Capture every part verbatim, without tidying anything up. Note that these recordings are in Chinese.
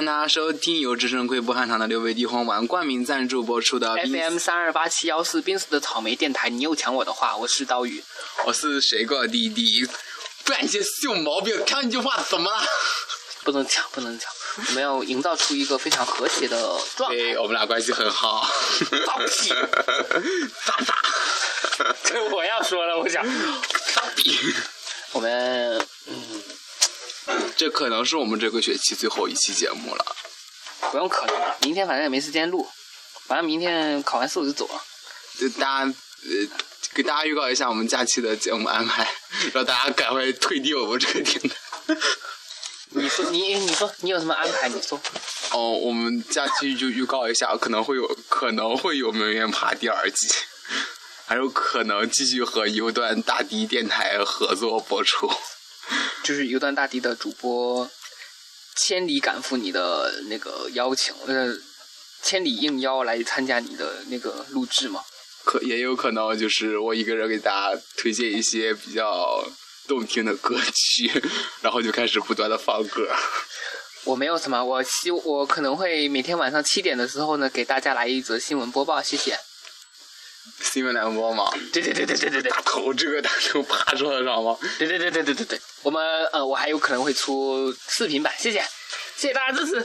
欢大家收听由至胜溃不含糖的六味地黄丸冠名赞助播出的 F M 三二八七幺四濒死的草莓电台。你又抢我的话，我是刀鱼， 我是水果弟弟。不然你些小毛病，看你这话怎么了？ 不能抢，不能抢，我们要营造出一个非常和谐的状态。 对，我们俩关系很好。 放屁！ 咋咋？ 这我要说了，我想。 傻逼！ 我们嗯。 这可能是我们这个学期最后一期节目了。 不用可能，明天反正也没时间录，反正明天考完试我就走了。 就大家呃，给大家预告一下我们假期的节目安排，让大家赶快退订我们这个电台。 你说你你说你有什么安排？你说。 哦，我们假期就预告一下，可能会有可能会有名媛趴第二季，还有可能继续和游段大地电台合作播出。 就是游段大地的主播千里赶赴你的那个邀请，呃，千里应邀来参加你的那个录制嘛？ 可也有可能就是我一个人给大家推荐一些比较动听的歌曲，然后就开始不断的放歌。 我没有什么，我希我可能会每天晚上七点的时候呢，给大家来一则新闻播报，谢谢。 新闻联播吗？ 对对对对对对对， 大头这个大头趴桌子上吗？ 对对对对对对对，我们呃，我还有可能会出视频版，谢谢，谢谢大家支持。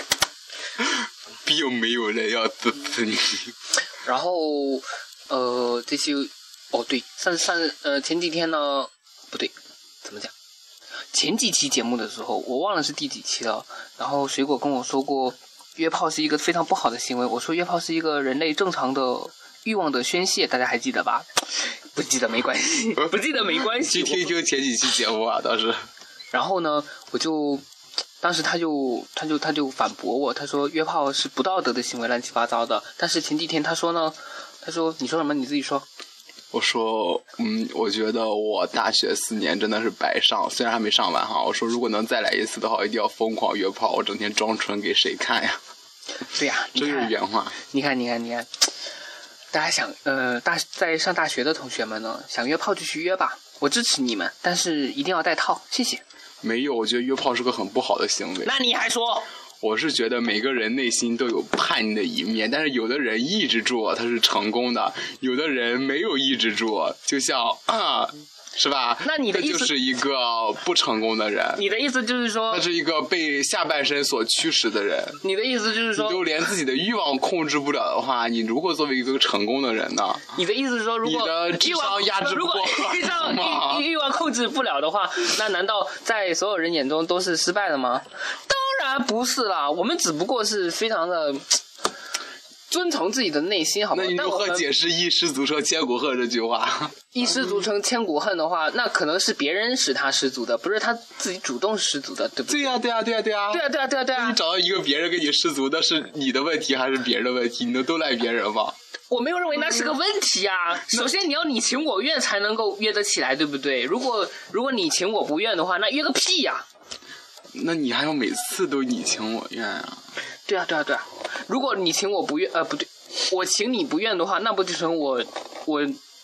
并没有人要支持你。 然后呃，这些哦对，上上呃前几天呢，不对，怎么讲？前几期节目的时候，我忘了是第几期了。然后水果跟我说过，约炮是一个非常不好的行为。我说约炮是一个人类正常的欲望的宣泄，大家还记得吧？不记得没关系，不记得没关系。 去听听前几期节目啊，倒是。 然后呢，我就当时他就他就他就反驳我，他说约炮是不道德的行为，乱七八糟的。但是前几天他说呢，他说你说什么？你自己说。 我说，嗯，我觉得我大学四年真的是白上，虽然还没上完哈。我说如果能再来一次的话，一定要疯狂约炮，我整天装纯给谁看呀？ 对呀、啊， 这就是原话。 你看，你看，你看。大家想，呃，大在上大学的同学们呢，想约炮就去约吧，我支持你们，但是一定要带套，谢谢。 没有，我觉得约炮是个很不好的行为。 那你还说？ 我是觉得每个人内心都有叛逆的一面，但是有的人抑制住他是成功的，有的人没有抑制住，就像啊。是吧？ 那你的意思就是一个不成功的人。 你的意思就是说， 他是一个被下半身所驱使的人。 你的意思就是说， 你都连自己的欲望控制不了的话，你如何作为一个成功的人呢？ 你的意思是说，如果你的智商压制不过欲望欲欲望控制不了的话，那难道在所有人眼中都是失败的吗？当然不是啦，我们只不过是非常的。遵从自己的内心，好吗？ 那你如何解释一失足成千古恨这句话？ 一失足成千古恨的话，那可能是别人使他失足的，不是他自己主动失足的，对不对？ 对呀、啊，对呀、啊，对呀、啊，对呀、啊。 对呀、啊，对呀、啊，对呀、啊，对呀、啊。 你找到一个别人给你失足，那是你的问题还是别人的问题？你能都赖别人吗？ 我没有认为那是个问题啊。首先你要你情我愿才能够约得起来，对不对？如果如果你情我不愿的话，那约个屁呀、啊！ 那你还要每次都你情我愿啊？ 对啊，对啊，对啊。如果你情我不愿，呃，不对。我情你不愿的话，那不就成我我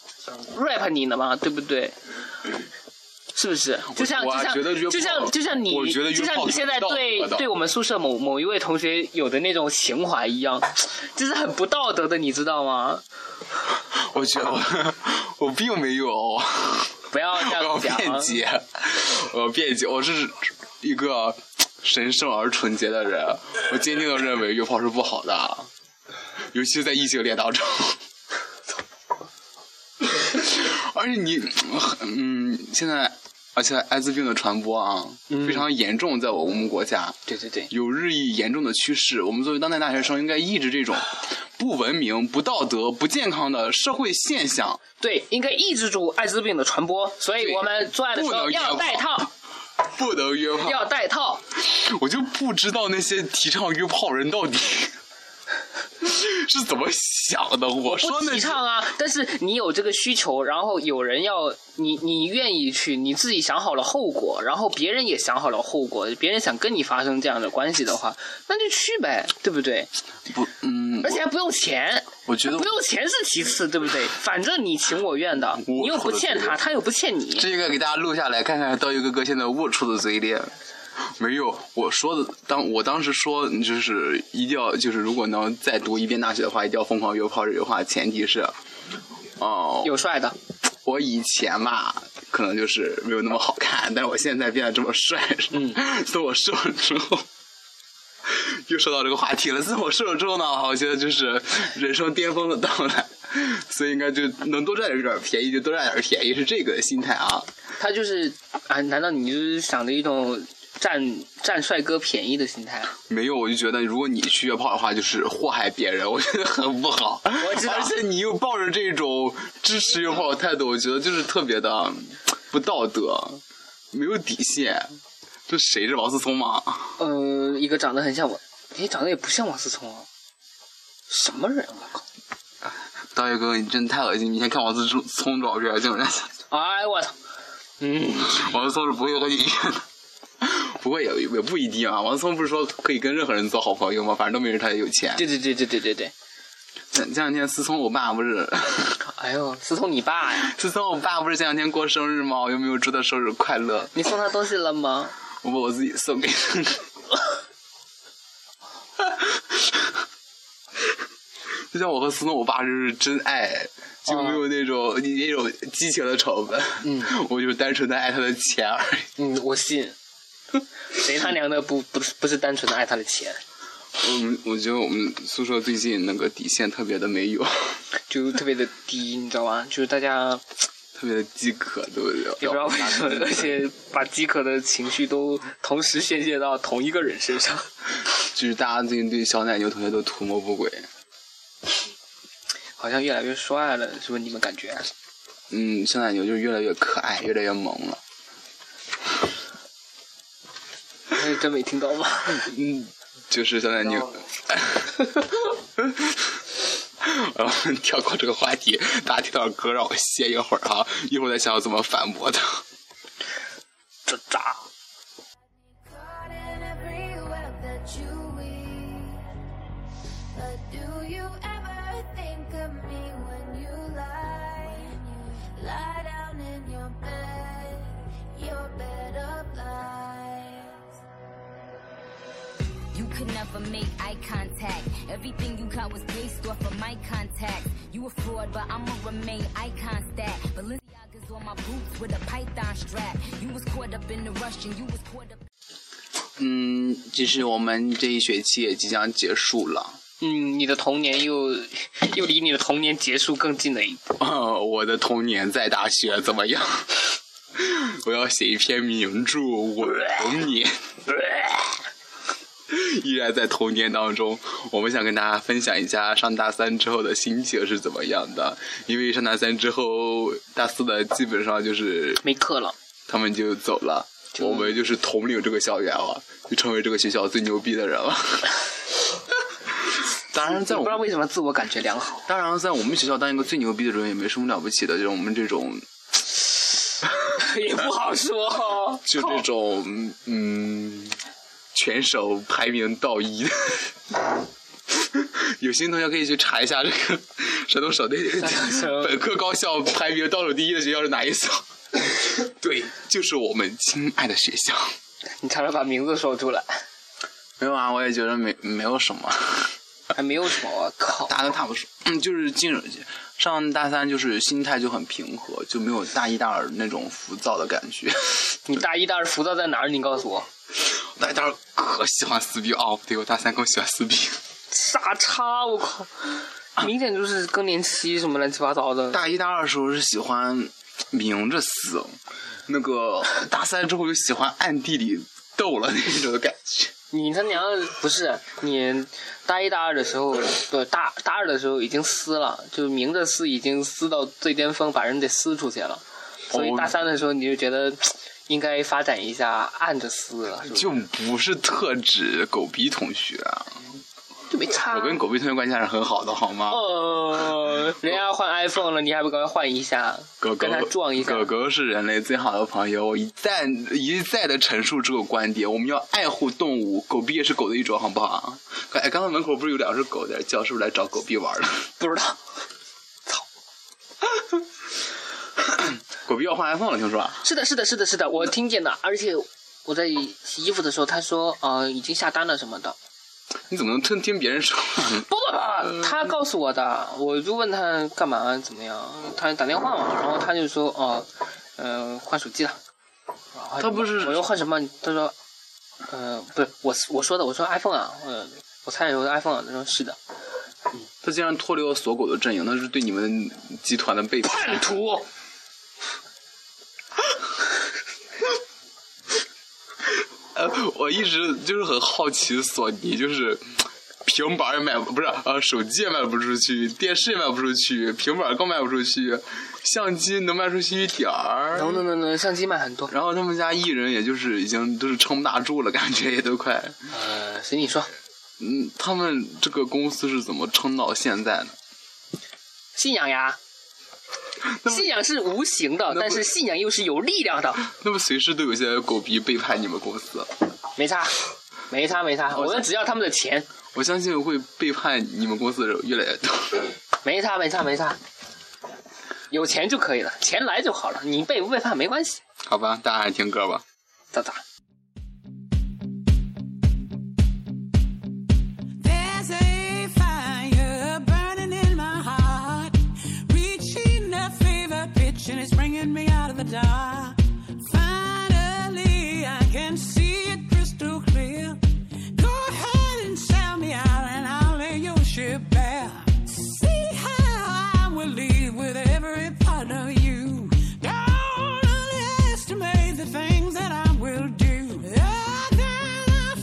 rap 你了吗？对不对？是不是？就像就像就像就像你，就像你现在对对我们宿舍某某一位同学有的那种情怀一样，这是很不道德的，你知道吗？ 我觉得我我并没有。 不要这样讲。 我要辩解，我要辩解，我是一个神圣而纯洁的人，我坚定的认为约炮是不好的。尤其是在异性恋当中，而且你，嗯，现在，而且艾滋病的传播啊，嗯、非常严重，在我们国家， 对对对， 有日益严重的趋势。我们作为当代大学生，应该抑制这种不文明、不道德、不健康的社会现象。 对，应该抑制住艾滋病的传播。所以我们做爱的时候要戴套， 不能约炮， 要戴套。 我就不知道那些提倡约炮人到底。是怎么想的？我说不提倡啊，但是你有这个需求，然后有人要你，你愿意去，你自己想好了后果，然后别人也想好了后果，别人想跟你发生这样的关系的话，那就去呗，对不对？ 不，嗯， 而且还不用钱， 我觉得不用钱是其次，对不对？反正你情我愿的，你又不欠他，他又不欠你， 这应该给大家录下来，看看刀鱼哥哥现在龌龊的嘴脸。 没有，我说的当我当时说就是一定要就是如果能再读一遍大学的话，一定要疯狂约炮这句话，前提是，哦、呃， 有帅的。 我以前嘛，可能就是没有那么好看，但是我现在变得这么帅，嗯，所以我瘦了之后，又说到这个话题了。自从我瘦了之后呢，我觉得就是人生巅峰的到来，所以应该就能多占点便宜就多占点便宜，是这个心态啊。 他就是啊，难道你就是想着一种占占帅哥便宜的心态？ 没有，我就觉得如果你去约炮的话，就是祸害别人，我觉得很不好。 我知道， 而且你又抱着这种支持约炮的态度，我觉得就是特别的不道德，没有底线。这谁是王思聪吗？ 呃，一个长得很像我，诶，长得也不像王思聪啊，什么人？我靠！ 大爷哥，你真太恶心！你先看王思聪照片，就人家。 哎，我操！嗯， 王思聪是不会和你约的。不过也也不一定啊，王思聪不是说可以跟任何人做好朋友吗？反正都没人他也有钱。 对对对对对对对。 前前两天思聪我爸不是， 哎呦，思聪你爸呀？ 思聪我爸不是前两天过生日吗？我又没有祝他生日快乐。 你送他东西了吗？ 我把我自己送给他。就像我和思聪我爸就是真爱，就没有那种、哦、那种激情的成分。嗯，我就是单纯的爱他的钱而已。 嗯，我信。谁他娘的不不是不是单纯的爱他的钱？ 嗯，我觉得我们宿舍最近那个底线特别的没有， 就特别的低，你知道吗？就是大家特别的饥渴，对不对？ 也不知道为什么，而且把饥渴的情绪都同时宣泄到同一个人身上。 就是大家最近对小奶牛同学都图谋不轨， 好像越来越帅了，是不是你们感觉？ 嗯，小奶牛就越来越可爱，越来越萌了。 哎，真没听到吗？ 嗯，就是小奶牛。然后跳过这个话题，大家听到歌让我歇一会儿啊，一会儿再想要怎么反驳他。这渣。 You could never make eye contact. Everything you got was based off of my contacts. You a fraud, but I'ma remain icon stat. Balenciaga's on my boots with a python strap. You was caught up in the rush and you was caught up. 嗯，其实我们这一学期也即将结束了。 嗯，你的童年又又离你的童年结束更近了一步。 哦，我的童年在大学怎么样？我要写一篇名著，我的童年。依然在童年当中，我们想跟大家分享一下上大三之后的心情是怎么样的。因为上大三之后，大四的基本上就是没课了， 他们就走了，我们就是统领这个校园了，就成为这个学校最牛逼的人了。当然，在我不知道为什么自我感觉良好。 当然，在我们学校当一个最牛逼的人也没什么了不起的，就我们这种也不好说， 就这种嗯。全省排名倒一的，有心同学可以去查一下这个山东省内本科高校排名倒数第一的学校是哪一所？对，就是我们亲爱的学校。 你差点把名字说出来。 没有啊，我也觉得没没有什么， 还没有什么，我靠， 大家都差不多，嗯，就是进上大三就是心态就很平和，就没有大一大二那种浮躁的感觉。 你大一大二浮躁在哪儿？你告诉我。 大一大二可喜欢撕逼哦，对，我大三更喜欢撕逼。 傻叉，我靠，明显就是更年期什么乱七八糟的。 大一大二的时候是喜欢明着撕，那个大三之后就喜欢暗地里斗了那种的感觉。 你他娘的不是你大一大二的时候，不大大二的时候已经撕了，就明着撕已经撕到最巅峰，把人给撕出去了。所以大三的时候你就觉得应该发展一下暗着撕了，是不是？ 就不是特指狗逼同学啊， 就没差。 我跟狗逼同学关系还是很好的，好吗？ 呃，人家换 iPhone 了，你还不赶快换一下？ 狗狗跟他撞一下。 狗狗是人类最好的朋友，我一再一再的陈述这个观点，我们要爱护动物，狗逼也是狗的一种，好不好？哎，刚才门口不是有两只狗在叫，是不是来找狗逼玩的？ 不知道。操！ 狗逼要换 iPhone 了，听说？ 是的，是的，是的，是的，我听见的，而且我在洗衣服的时候，他说呃已经下单了什么的。 你怎么能听听别人说？ 不不不，他告诉我的，我就问他干嘛怎么样，他打电话嘛，然后他就说哦，嗯、呃，换手机了。 他不是我又换什么？他说，呃，不是我我说的，我说 iPhone 啊，呃，我猜我的 iPhone 啊，他说是的。 嗯，他竟然脱离了锁狗的阵营，那是对你们集团的背叛。 叛徒。 呃，我一直就是很好奇索尼，就是平板也卖不是呃手机也卖不出去，电视也卖不出去，平板更卖不出去，相机能卖出去一点儿。 能能能能，相机卖很多。 然后他们家艺人也就是已经都是撑不大住了，感觉也都快。 呃，随你说。 嗯，他们这个公司是怎么撑到现在的？ 信仰呀。信仰是无形的，但是信仰又是有力量的。 那么随时都有些狗逼背叛你们公司。 没差，没差，没差。我们只要他们的钱。 我相信会背叛你们公司的人越来越多。 没差，没差，没差。有钱就可以了，钱来就好了。你背不背叛没关系。 好吧，大家还是听歌吧。 咋咋。 And it's bringing me out of the dark. Finally, I can see it crystal clear. Go ahead and sell me out, and I'll lay your ship bare. See how I will leave with every part of you. Don't underestimate the things that I will do. There's a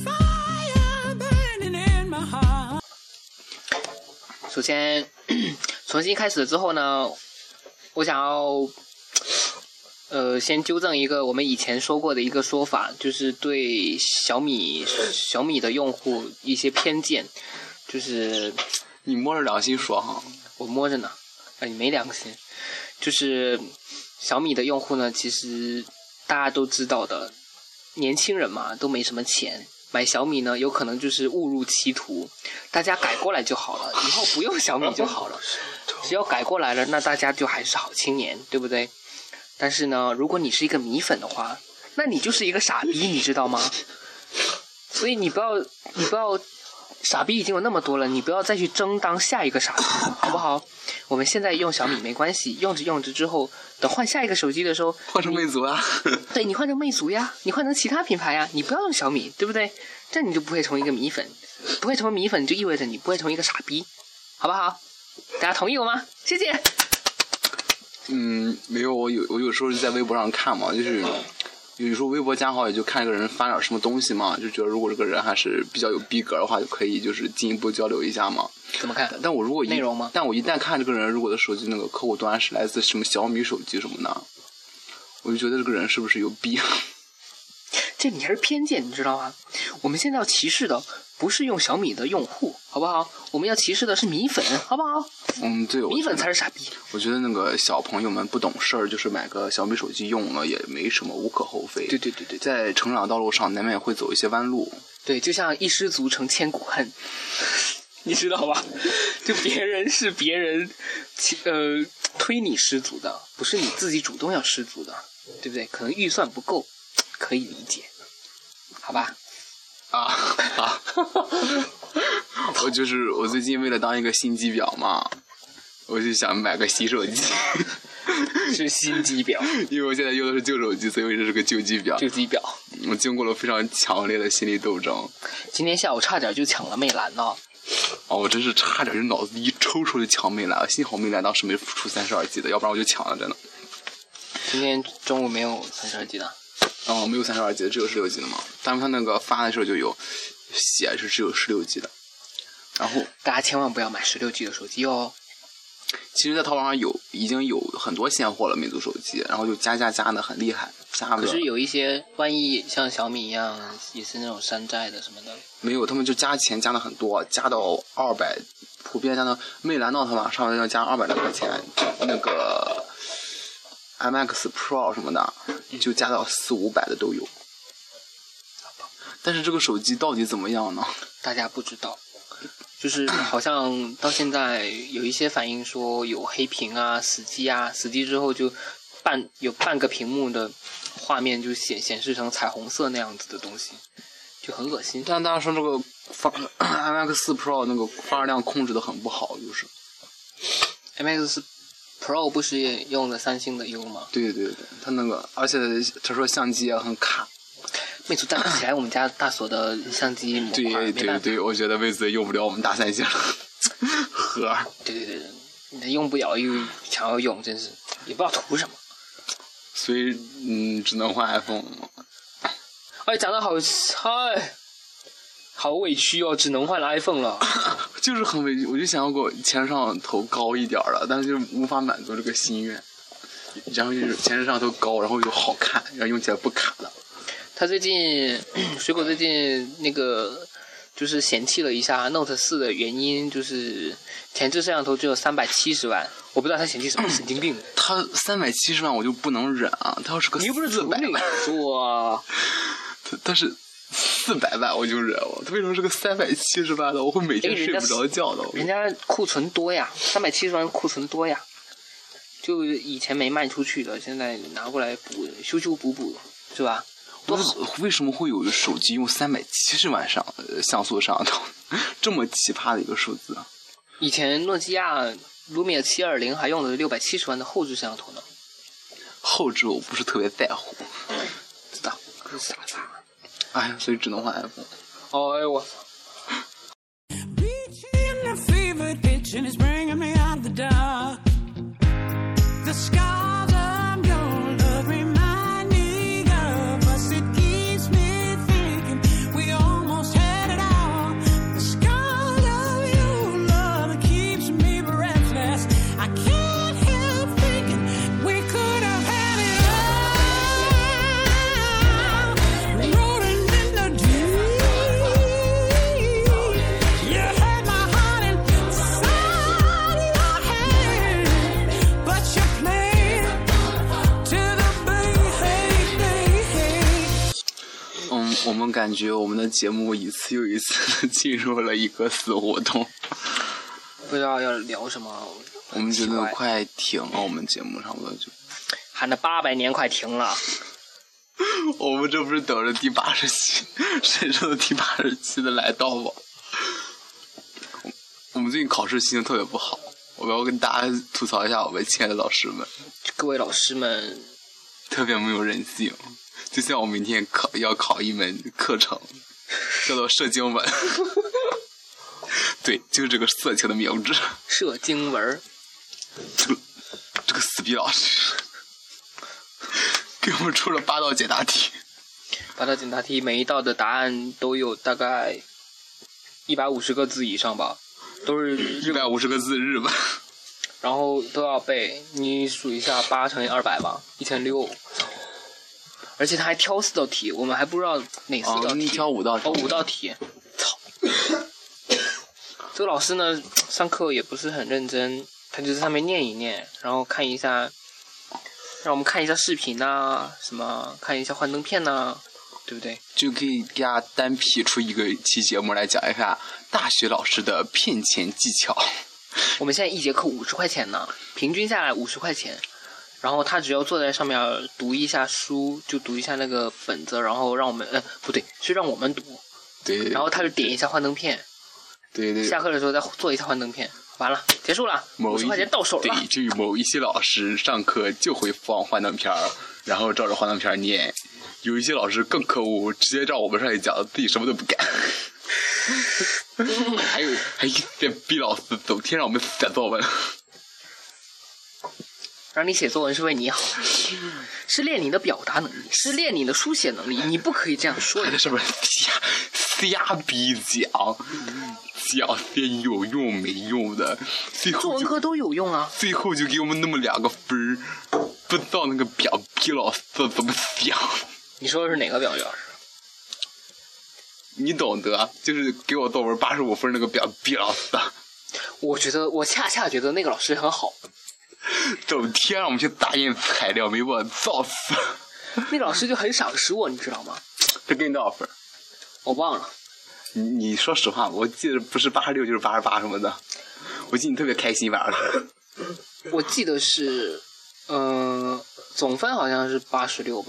fire burning in my heart. 首先，重新开始了之后呢？我想要，呃，先纠正一个我们以前说过的一个说法，就是对小米小米的用户一些偏见，就是你摸着良心说哈， 我摸着呢，啊，你没良心，就是小米的用户呢，其实大家都知道的，年轻人嘛，都没什么钱。买小米呢，有可能就是误入歧途，大家改过来就好了，以后不用小米就好了。只要改过来了，那大家就还是好青年，对不对？但是呢，如果你是一个米粉的话，那你就是一个傻逼，你知道吗？所以你不要，你不要，傻逼已经有那么多了，你不要再去争当下一个傻逼，好不好？我们现在用小米没关系，用着用着之后，等换下一个手机的时候， 换成魅族啊。 对，你换成魅族呀，你换成其他品牌呀，你不要用小米，对不对？这样你就不会成为一个米粉，不会成为米粉就意味着你不会成为一个傻逼，好不好？大家同意我吗？谢谢。 嗯，没有，我有我有时候就在微博上看嘛，就是有时候微博加好也就看这个人发点什么东西嘛，就觉得如果这个人还是比较有逼格的话，就可以就是进一步交流一下嘛。 怎么看？ 但, 但我如果一内容吗？ 但我一旦看这个人如果的手机那个客户端是来自什么小米手机什么的，我就觉得这个人是不是有逼？ 这你还是偏见，你知道吗？我们现在要歧视的不是用小米的用户，好不好？我们要歧视的是米粉，好不好？ 嗯，对， 米粉才是傻逼。 我觉得那个小朋友们不懂事儿，就是买个小米手机用了也没什么，无可厚非。 对对对对， 在成长道路上难免会走一些弯路。 对，就像一失足成千古恨，你知道吧？就别人是别人，呃，推你失足的，不是你自己主动要失足的，对不对？可能预算不够，可以理解，好吧？ 啊啊！我就是我最近为了当一个心机婊嘛，我就想买个新手机。 是心机婊， 因为我现在用的是旧手机，所以我这是个旧机婊。 旧机婊， 我经过了非常强烈的心理斗争。 今天下午差点就抢了魅蓝呢。 哦，我真是差点就脑子一抽抽就抢魅蓝，幸好魅蓝当时没出三十二 G 的，要不然我就抢了，真的。 今天中午没有三十二 G 的。 哦，没有三十二 G 的，只有十六 G 的嘛。但是他那个发的时候就有写是只有十六 G 的。然后大家千万不要买十六 G 的手机哦。 其实，在淘宝上有已经有很多现货了，魅族手机，然后就加价加的很厉害，加可是有一些万一像小米一样也是那种山寨的什么的， 没有，他们就加钱加的很多，加到二百，普遍加到魅蓝 Note 嘛，上面要加二百来块钱，那个 M X Pro 什么的，就加到四五百的都有。但是这个手机到底怎么样呢？ 大家不知道。就是好像到现在有一些反映说有黑屏啊、死机啊，死机之后就半有半个屏幕的画面就显显示成彩虹色那样子的东西，就很恶心。 但大家说这个发 M X 四 Pro 那个发热量控制的很不好，就是 M X 四 Pro 不是也用的三星的 U 吗？ 对对对，它那个而且他说相机也很卡。 魅族带不起来我们家大锁的相机模块， 对对对，我觉得魅族也用不了我们大三星盒。 对对对，你用不了又想要用，真是也不知道图什么。 所以嗯，只能换 iPhone。 哎，讲的好，嗨，好委屈哦，只能换了 iPhone 了。 就是很委屈，我就想要过前摄像头高一点的，但是就无法满足这个心愿。然后就是前摄像头高，然后又好看，然后用起来不卡的。 他最近水果最近那个就是嫌弃了一下 Note 四的原因，就是前置摄像头只有三百七十万，我不知道他嫌弃什么，神经病。 他三百七十万我就不能忍啊！他要是个你又不是四百万， 说他他是四百万我就忍了，他为什么是个三百七十万的？我会每天睡不着觉的。 人家库存多呀，三百七十万库存多呀，就以前没卖出去的，现在拿过来补修修补补，是吧？多好！ 为什么会有手机用三百七十万上像素摄像头，这么奇葩的一个数字啊？ 以前诺基亚卢米尔七二零还用的六百七十万的后置摄像头呢。 后置我不是特别在乎， 知道？傻傻。 哎呀，所以只能换 iPhone。 哦，哎我操！ 我们感觉我们的节目一次又一次进入了一个死胡同， 不知道要聊什么。 我们觉得快停了，我们节目差不多就喊了八百年快停了。 我们这不是等着第八十期神圣的第八十期的来到吗？我们最近考试心情特别不好，我要跟大家吐槽一下我们亲爱的老师们。 各位老师们特别没有人性，就像我明天考要考一门课程，叫做社经文。对，就是这个色情的名字。 社经文。 这个这个死逼老师给我们出了八道解答题。 八道解答题每一道的答案都有大概一百五十个字以上吧，都是一百五十个字日文， 然后都要背。你数一下，八乘以二百吧，一千六。而且他还挑四道题，我们还不知道哪四道题。 哦，你挑五道题。 哦，五道题。操！这个老师呢，上课也不是很认真，他就在上面念一念，然后看一下，让我们看一下视频呐、啊，什么看一下幻灯片呐、啊，对不对？ 就可以给大家单辟出一个期节目来讲一下大学老师的骗钱技巧。 我们现在一节课五十块钱呢，平均下来五十块钱。然后他只要坐在上面读一下书，就读一下那个本子，然后让我们，呃，不对，是让我们读。 对。 然后他就点一下幻灯片。 对对。 下课的时候再做一下幻灯片，完了，结束了，五十块钱到手了。 对，至于某一些老师上课就会放幻灯片，然后照着幻灯片念；有一些老师更可恶，直接照我们上一讲，自己什么都不干。还有还一些逼老师整天让我们写作文。 让你写作文是为你好，是练你的表达能力，是练你的书写能力。你不可以这样说。 还在上面瞎瞎逼讲，讲些有用没用的，最后作文课都有用啊。 最后就给我们那么两个分，不知道那个表逼老师怎么想。 你说的是哪个表逼老师？ 你懂得，就是给我作文八十五分那个表逼老师。 我觉得，我恰恰觉得那个老师很好。 整天让我们去打印材料，没把我造死。 那老师就很赏识我，你知道吗？ 他给你多少分？ 我忘了。 你你说实话，我记得不是八十六就是八十八什么的。我记得你特别开心，晚上。 我记得是，嗯、呃，总分好像是八十六吧，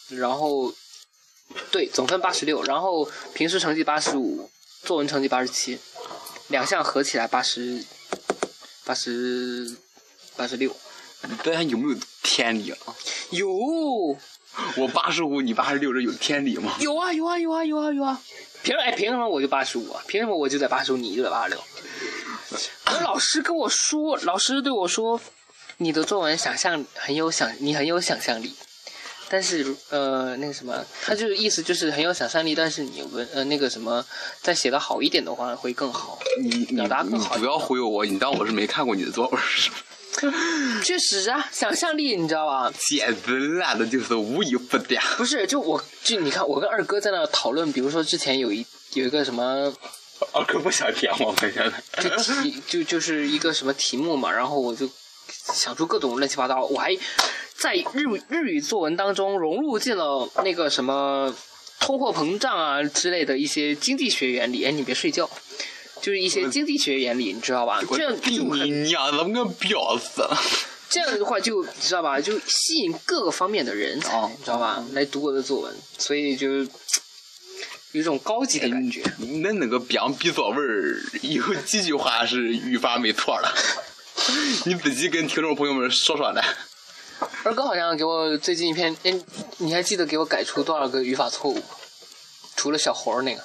然后对总分八十六，然后平时成绩八十五，作文成绩八十七，两项合起来八十八十八十六。 大家有没有天理啊？ 有， 我八十五，你八十六，这有天理吗？ 有啊有啊有啊有啊有啊！凭哎凭什么我就八十五啊？凭什么我就在八十五，你就在八十六？我老师跟我说，老师对我说，你的作文想象很有想，你很有想象力，但是呃那个什么，他就是意思就是很有想象力，但是你文呃那个什么再写的好一点的话会更好， 你表达更好。 你不要忽悠我，你当我是没看过你的作文是吧？ 确实啊，想象力你知道吧？ 简直烂的就是无以复加。 不是，就我就你看，我跟二哥在那讨论，比如说之前有一有一个什么， 二哥不想点我，现在就题就就是一个什么题目嘛，然后我就想出各种乱七八糟，我还在日日语作文当中融入进了那个什么通货膨胀啊之类的一些经济学原理。哎，你别睡觉。就是一些经济学原理，你知道吧？这样就你娘怎么个婊子？ 这样的话就知道吧，就吸引各个方面的人才， 哦、 你知道吧？来读我的作文，所以就有一种高级的感觉。 那那个编比作文有几句话是语法没错的，你自己跟听众朋友们说说来。 二哥好像给我最近一篇，哎，你还记得给我改出多少个语法错误？除了小猴那个。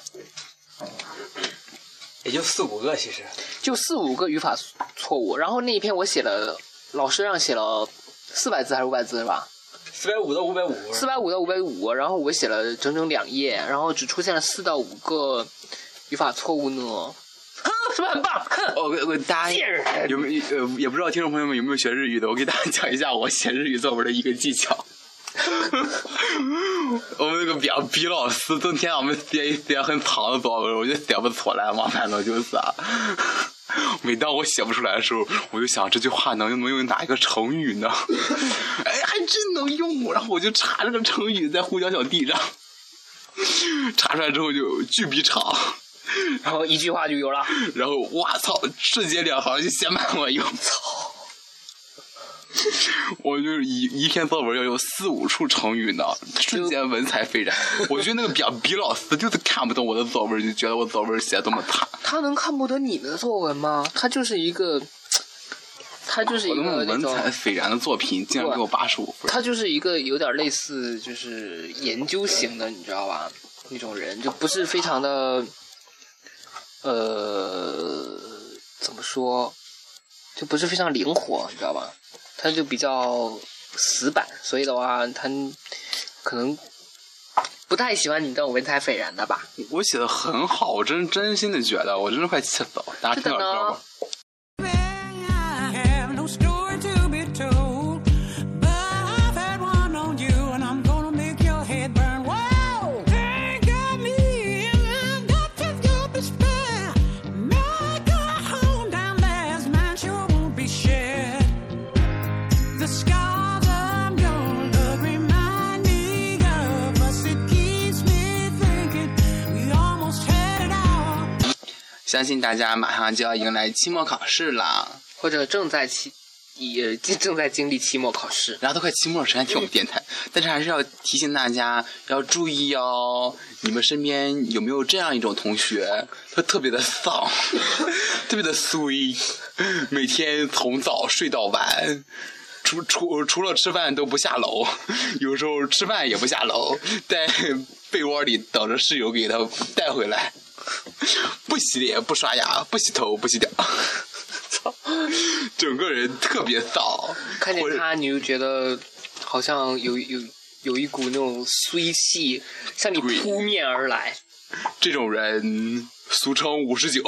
也就四五个，其实就四五个语法错误。然后那一篇我写了，老师让写了四百字还是五百字是吧？ 四百五到五百五。 四百五到五百五，然后我写了整整两页，然后只出现了四到五个语法错误呢。哼，是不是很棒？哼， 我我我大家有没有呃也不知道听众朋友们有没有学日语的，我给大家讲一下我写日语作文的一个技巧。我们那个表毕老师整天让我们写一写很长的作文，我就写不出来嘛，反正就是啊。每当我写不出来的时候，我就想这句话能能用哪一个成语呢？哎，还真能用！然后我就查这个成语在胡椒小弟上，查出来之后就巨比长， 然后一句话就有了。 然后哇操，世界两行就写满我用操。我就是一一篇作文要有四五处成语呢，瞬间文采斐然。我觉得那个比比老师就是看不懂我的作文，就觉得我作文写多么差。 他能看不得你的作文吗？他就是一个，他就是一个那种文采斐然的作品，竟然给我八十五分。 他就是一个有点类似就是研究型的，你知道吧？那种人就不是非常的，呃，怎么说，就不是非常灵活，你知道吧？他就比较死板，所以的话，他可能不太喜欢你这种文采斐然的吧。 我写的很好，我真真心的觉得，我真是快气死了。大家听点歌吧。相信大家马上就要迎来期末考试了， 或者正在期也正在经历期末考试， 然后都快期末了，谁还听我们电台？但是还是要提醒大家要注意哦，你们身边有没有这样一种同学，他特别的丧，特别的衰，每天从早睡到晚。除除除了吃饭都不下楼，有时候吃饭也不下楼，在被窝里等着室友给他带回来，不洗脸不刷牙不洗头不洗脚，操，整个人特别骚。 看见他你就觉得好像有有有一股那种衰气向你扑面而来。 这种人俗称五十九。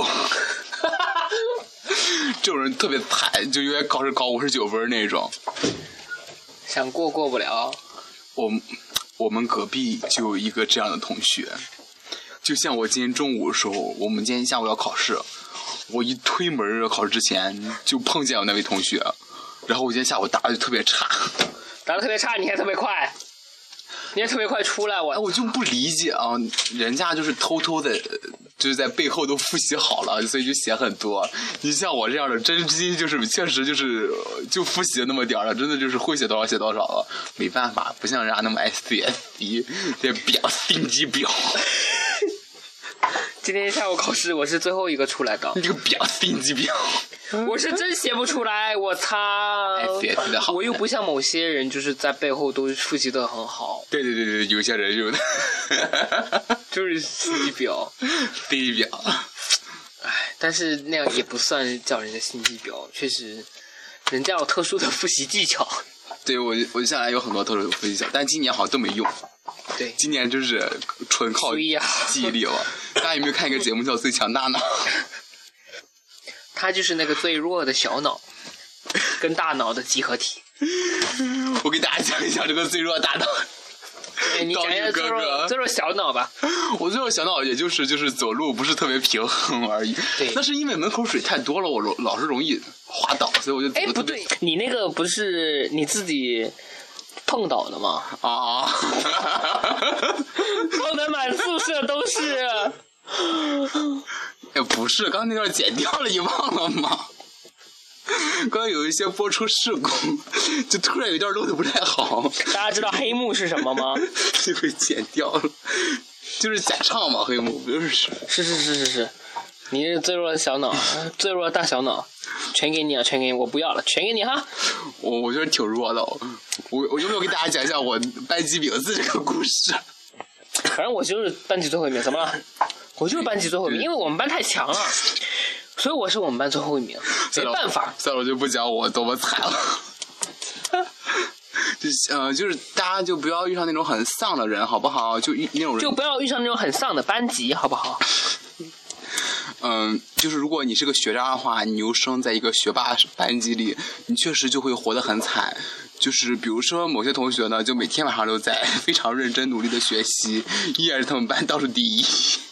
这种人特别惨，就永远考试考五十九分那种， 想过过不了。 我我们隔壁就有一个这样的同学，就像我今天中午的时候，我们今天下午要考试，我一推门考试之前就碰见我那位同学，然后我今天下午答的就特别差， 答的特别差，你还特别快。 你也特别快出来，我哎，我就不理解啊，人家就是偷偷的，就是在背后都复习好了，所以就写很多。你像我这样的，真心就是确实就是就复习那么点儿了，真的就是会写多少写多少了，没办法，不像人家那么爱 C S C 这表心机婊。 今天下午考试我是最后一个出来的， 你这个婊心机婊。 我是真写不出来，我操！ 写的好， 我又不像某些人，就是在背后都复习的很好。 对对对对，有些人有的就是心机婊， 心机婊。 唉，但是那样也不算叫人家心机婊，确实，人家有特殊的复习技巧。 对我，我向来有很多特殊的复习技巧，但今年好像都没用。 对， 今年就是纯靠记忆力了。大家有没有看一个节目叫《最强大脑》？ 他就是那个最弱的小脑跟大脑的集合体。 我给大家讲一讲这个最弱大脑。 哎，你讲一下最弱最弱小脑吧。 我最弱小脑也就是就是走路不是特别平衡而已。 对， 那是因为门口水太多了，我老是容易滑倒，所以我就哎不对，你那个不是你自己碰倒的吗？ 啊！ 碰得满宿舍都是。 哎，不是，刚刚那段剪掉了，你忘了吗？刚刚有一些播出事故，就突然有一段录的不太好。 大家知道黑幕是什么吗？ 就被剪掉了，就是假唱嘛，黑幕不就是？ 是是是是是，你是最弱的小脑，最弱的大小脑，全给你了，全给你，我不要了，全给你哈。 我我觉得挺弱的，我我有没有给大家讲一下我班级名字这个故事？ 反正我就是班级最后一名，怎么了？我就是班级最后一名，因为我们班太强了，所以我是我们班最后一名，没办法。 算了，我就不讲我多么惨了。就呃，就是大家就不要遇上那种很丧的人，好不好？就遇那种人， 就不要遇上那种很丧的班级，好不好？ 嗯，就是如果你是个学渣的话，你又生在一个学霸班级里，你确实就会活得很惨。就是比如说某些同学呢，就每天晚上都在非常认真努力的学习，依然是他们班倒数第一。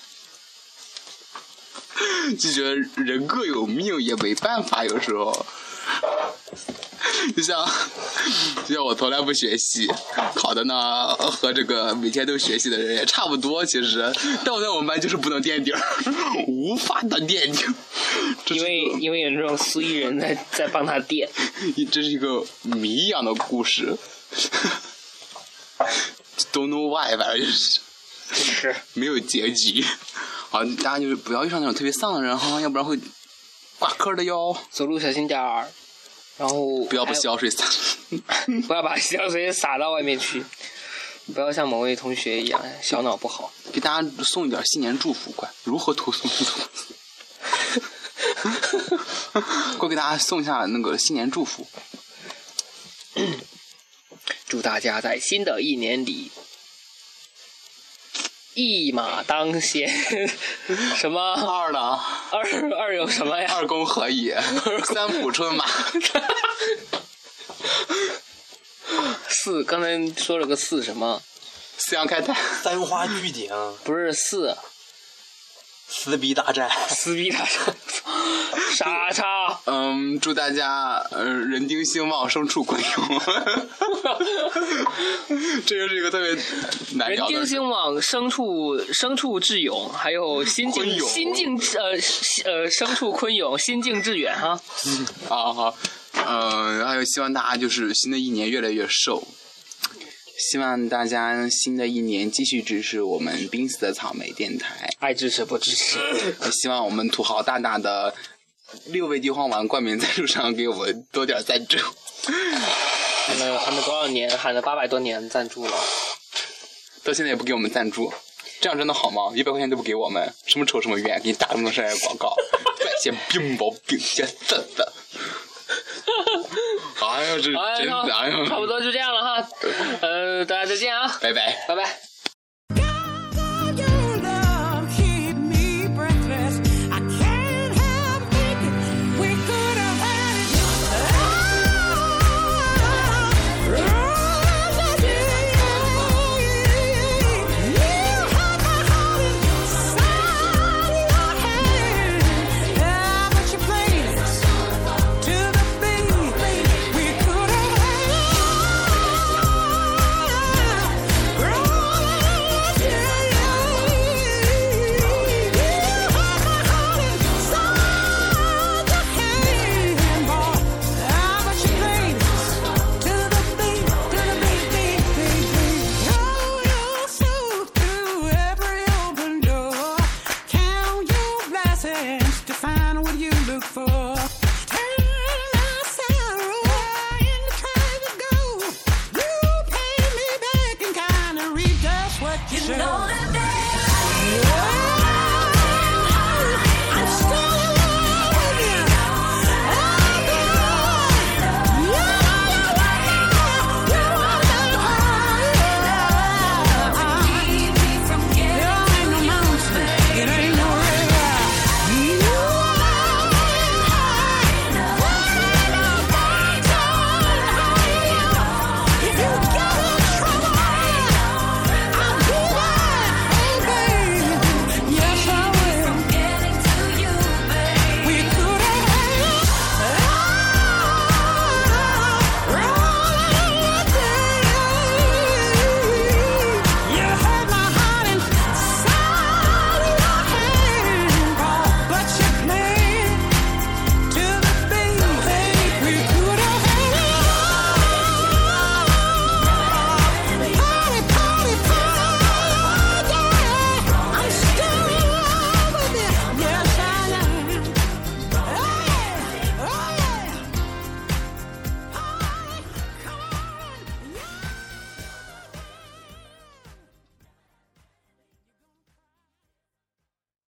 就觉得人各有命，也没办法，有时候。就像就像我从来不学习，考的呢和这个每天都学习的人也差不多，其实，但我在我们班就是不能垫底儿，无法当垫底。 因为因为有这种苏艺人在在帮他垫， 这是一个谜一样的故事。Don't know why， 反正就是是没有结局。好，大家就是不要遇上那种特别丧的人哈，要不然会挂科的哟。 走路小心点儿。然后不要把香水洒， 不要把香水洒到外面去，不要像某位同学一样小脑不好。 给大家送一点新年祝福，快！如何投送？快给大家送一下那个新年祝福。 祝大家在新的一年里一马当先。什么二呢？ 二二有什么呀？ 二宫和也，三浦春马。 四，刚才说了个四什么？ 四阳开泰。 三花聚顶。 不是四。 撕逼大战。 撕逼大战。傻叉。 嗯，祝大家呃人丁兴旺，牲畜昆永。这个是一个特别难聊的。 人丁兴旺，牲畜牲畜致永，还有心境心境呃呃牲畜昆永，心境致远哈。 好好，嗯、呃，还有希望大家就是新的一年越来越瘦。希望大家新的一年继续支持我们濒死的草莓电台， 爱支持不支持。 希望我们土豪大大的六味地黄丸冠名赞助商给我们多点赞助。 喊了喊了多少年？喊了八百多年赞助了， 到现在也不给我们赞助，这样真的好吗？一百块钱都不给我们，什么仇什么怨，给你打这么多商业广告，赚钱并毛并且色的。哎呀，这真的，哎呀， 差不多就这样了哈，呃，大家再见啊， 拜拜， 拜拜。